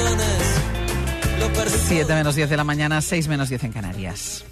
7:10 de la mañana, 6:10 en Canarias.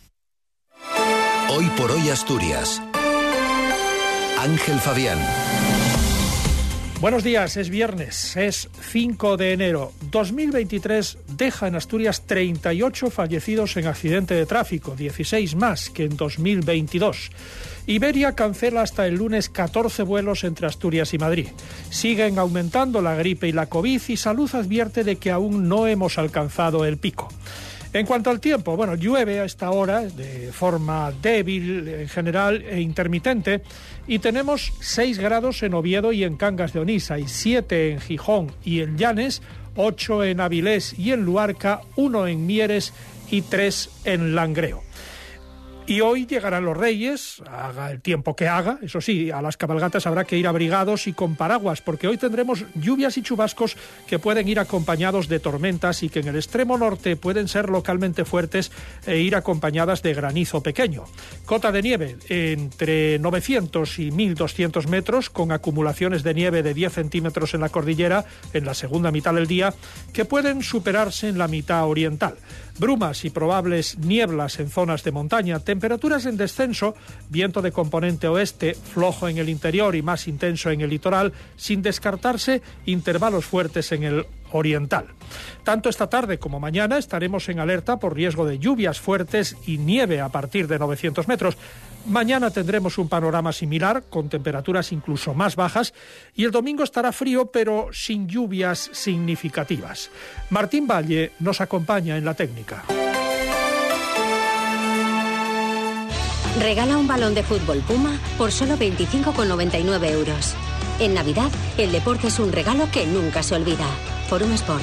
Hoy por hoy Asturias. Ángel Fabián. Buenos días, es viernes, es 5 de enero. 2023 deja en Asturias 38 fallecidos en accidente de tráfico, 16 más que en 2022. Iberia cancela hasta el lunes 14 vuelos entre Asturias y Madrid. Siguen aumentando la gripe y la COVID y Salud advierte de que aún no hemos alcanzado el pico. En cuanto al tiempo, llueve a esta hora de forma débil en general e intermitente y tenemos 6 grados en Oviedo y en Cangas de Onís, y 7 en Gijón y en Llanes, 8 en Avilés y en Luarca, 1 en Mieres y 3 en Langreo. Y hoy llegarán los Reyes, haga el tiempo que haga. Eso sí, a las cabalgatas habrá que ir abrigados y con paraguas, porque hoy tendremos lluvias y chubascos que pueden ir acompañados de tormentas y que en el extremo norte pueden ser localmente fuertes e ir acompañadas de granizo pequeño. Cota de nieve entre 900 y 1.200 metros, con acumulaciones de nieve de 10 centímetros en la cordillera en la segunda mitad del día, que pueden superarse en la mitad oriental. Brumas y probables nieblas en zonas de montaña, temperaturas en descenso, viento de componente oeste, flojo en el interior y más intenso en el litoral, sin descartarse intervalos fuertes en el oriental. Tanto esta tarde como mañana estaremos en alerta por riesgo de lluvias fuertes y nieve a partir de 900 metros. Mañana tendremos un panorama similar, con temperaturas incluso más bajas, y el domingo estará frío, pero sin lluvias significativas. Martín Valle nos acompaña en la técnica. Regala un balón de fútbol Puma por solo 25,99 euros. En Navidad, el deporte es un regalo que nunca se olvida. Forum Sport.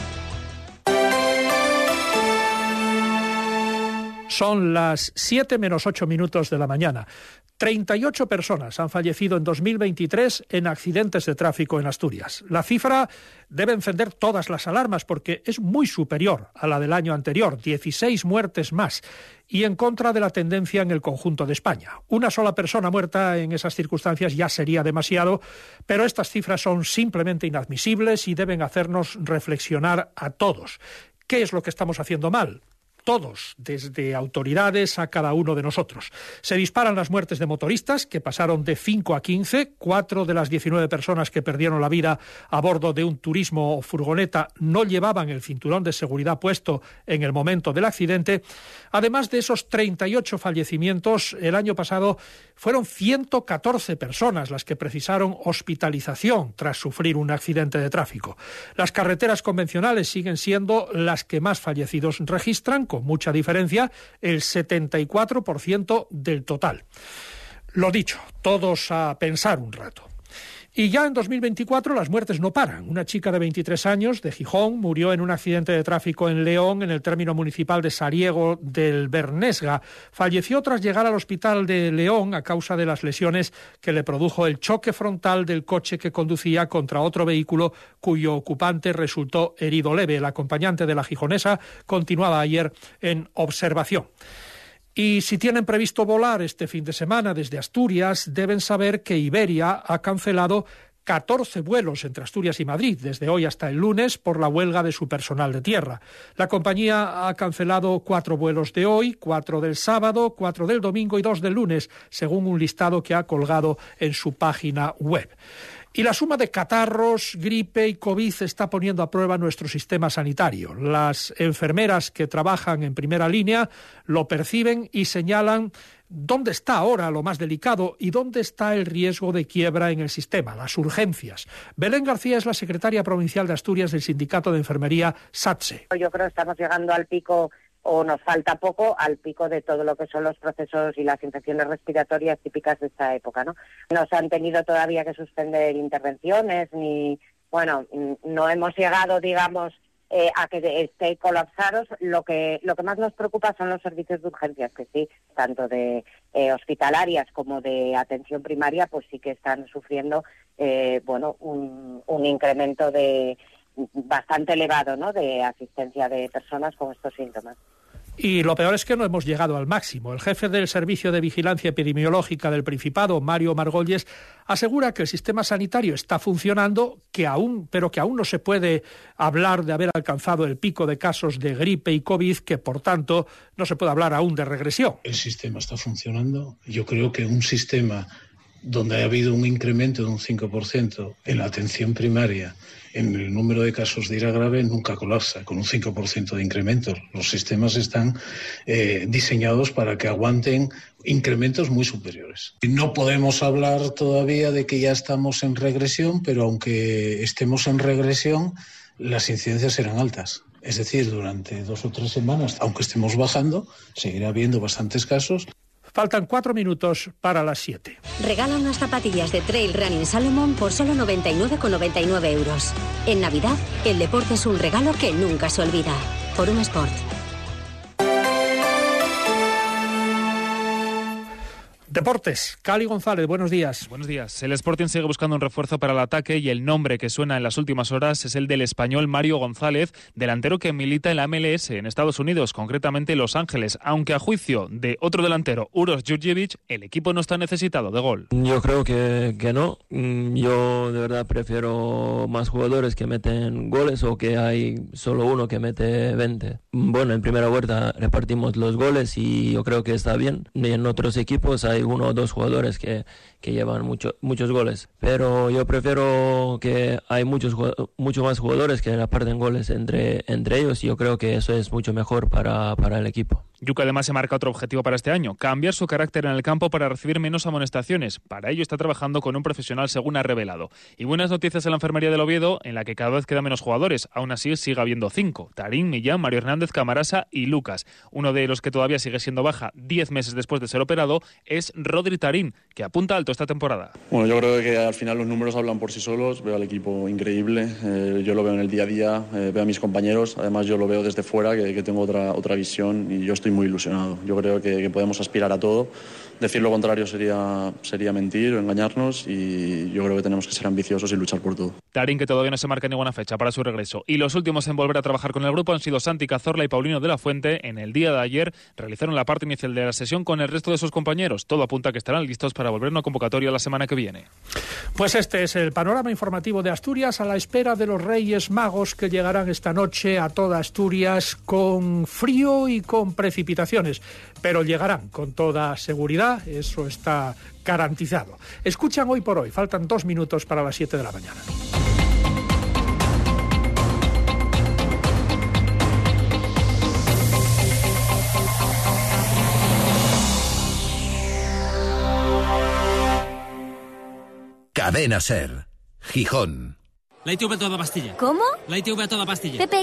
Son las 7:08 de la mañana. 38 personas han fallecido en 2023 en accidentes de tráfico en Asturias. La cifra debe encender todas las alarmas porque es muy superior a la del año anterior, 16 muertes más, y en contra de la tendencia en el conjunto de España. Una sola persona muerta en esas circunstancias ya sería demasiado, pero estas cifras son simplemente inadmisibles y deben hacernos reflexionar a todos. ¿Qué es lo que estamos haciendo mal? Todos, desde autoridades a cada uno de nosotros. Se disparan las muertes de motoristas, que pasaron de 5 a 15. 4 de las 19 personas que perdieron la vida a bordo de un turismo o furgoneta no llevaban el cinturón de seguridad puesto en el momento del accidente. Además de esos 38 fallecimientos, el año pasado fueron 114 personas las que precisaron hospitalización tras sufrir un accidente de tráfico. Las carreteras convencionales siguen siendo las que más fallecidos registran, con mucha diferencia, el 74% del total. Lo dicho, todos a pensar un rato. Y ya en 2024 las muertes no paran. Una chica de 23 años de Gijón murió en un accidente de tráfico en León, en el término municipal de Sariego del Bernesga. Falleció tras llegar al hospital de León a causa de las lesiones que le produjo el choque frontal del coche que conducía contra otro vehículo cuyo ocupante resultó herido leve. El acompañante de la gijonesa continuaba ayer en observación. Y si tienen previsto volar este fin de semana desde Asturias, deben saber que Iberia ha cancelado 14 vuelos entre Asturias y Madrid, desde hoy hasta el lunes, por la huelga de su personal de tierra. La compañía ha cancelado 4 vuelos de hoy, 4 del sábado, 4 del domingo y 2 del lunes, según un listado que ha colgado en su página web. Y la suma de catarros, gripe y COVID está poniendo a prueba nuestro sistema sanitario. Las enfermeras que trabajan en primera línea lo perciben y señalan dónde está ahora lo más delicado y dónde está el riesgo de quiebra en el sistema, las urgencias. Belén García es la secretaria provincial de Asturias del Sindicato de Enfermería SATSE. Yo creo que estamos llegando al pico, o nos falta poco, al pico de todo lo que son los procesos y las infecciones respiratorias típicas de esta época, ¿no? No se han tenido todavía que suspender intervenciones, no hemos llegado, digamos, a que esté colapsados. Lo que más nos preocupa son los servicios de urgencias, que sí, tanto de hospitalarias como de atención primaria, pues sí que están sufriendo, un incremento de bastante elevado, ¿no?, de asistencia de personas con estos síntomas. Y lo peor es que no hemos llegado al máximo. El jefe del Servicio de Vigilancia Epidemiológica del Principado, Mario Margolles, asegura que el sistema sanitario está funcionando, pero que aún no se puede hablar de haber alcanzado el pico de casos de gripe y COVID, que por tanto no se puede hablar aún de regresión. El sistema está funcionando. Yo creo que un sistema donde ha habido un incremento de un 5% en la atención primaria, en el número de casos de IRA grave, nunca colapsa con un 5% de incremento. Los sistemas están diseñados para que aguanten incrementos muy superiores. No podemos hablar todavía de que ya estamos en regresión, pero aunque estemos en regresión, las incidencias serán altas. Es decir, durante 2 o 3 semanas, aunque estemos bajando, seguirá habiendo bastantes casos. Faltan 4 minutos para las 7. Regala unas zapatillas de Trail Running Salomon por solo 99,99 euros. En Navidad, el deporte es un regalo que nunca se olvida. Forum Sport. Deportes, Cali González, buenos días. Buenos días. El Sporting sigue buscando un refuerzo para el ataque y el nombre que suena en las últimas horas es el del español Mario González, delantero que milita en la MLS en Estados Unidos, concretamente Los Ángeles, aunque a juicio de otro delantero, Uros Jurjevic, el equipo no está necesitado de gol. Yo creo que no. Yo de verdad prefiero más jugadores que meten goles o que hay solo uno que mete 20. Bueno, en primera vuelta repartimos los goles y yo creo que está bien. Y en otros equipos hay 1 o 2 jugadores que llevan muchos goles, pero yo prefiero que hay mucho más jugadores que reparten goles entre ellos y yo creo que eso es mucho mejor para el equipo. Yuka además se marca otro objetivo para este año, cambiar su carácter en el campo para recibir menos amonestaciones. Para ello está trabajando con un profesional, según ha revelado. Y buenas noticias en la enfermería del Oviedo, en la que cada vez quedan menos jugadores. Aún así sigue habiendo 5, Tarín, Millán, Mario Hernández, Camarasa y Lucas. Uno de los que todavía sigue siendo baja 10 meses después de ser operado es Rodri Tarín, que apunta alto esta temporada. Bueno, yo creo que al final los números hablan por sí solos. Veo al equipo increíble, yo lo veo en el día a día, veo a mis compañeros, además yo lo veo desde fuera, que tengo otra visión y yo estoy muy ilusionado. Yo creo que podemos aspirar a todo. Decir lo contrario sería mentir o engañarnos y yo creo que tenemos que ser ambiciosos y luchar por todo. Tarín, que todavía no se marca ninguna fecha para su regreso. Y los últimos en volver a trabajar con el grupo han sido Santi Cazorla y Paulino de la Fuente. En el día de ayer realizaron la parte inicial de la sesión con el resto de sus compañeros. Todo apunta a que estarán listos para volver a una convocatoria la semana que viene. Pues este es el panorama informativo de Asturias a la espera de los Reyes Magos que llegarán esta noche a toda Asturias con frío y con precipitaciones, pero llegarán con toda seguridad, eso está garantizado. Escuchan Hoy por Hoy, faltan 2 minutos para las 7 de la mañana. Cadena SER, Gijón. La ITV a toda pastilla. ¿Cómo? La ITV a toda pastilla. Pepe,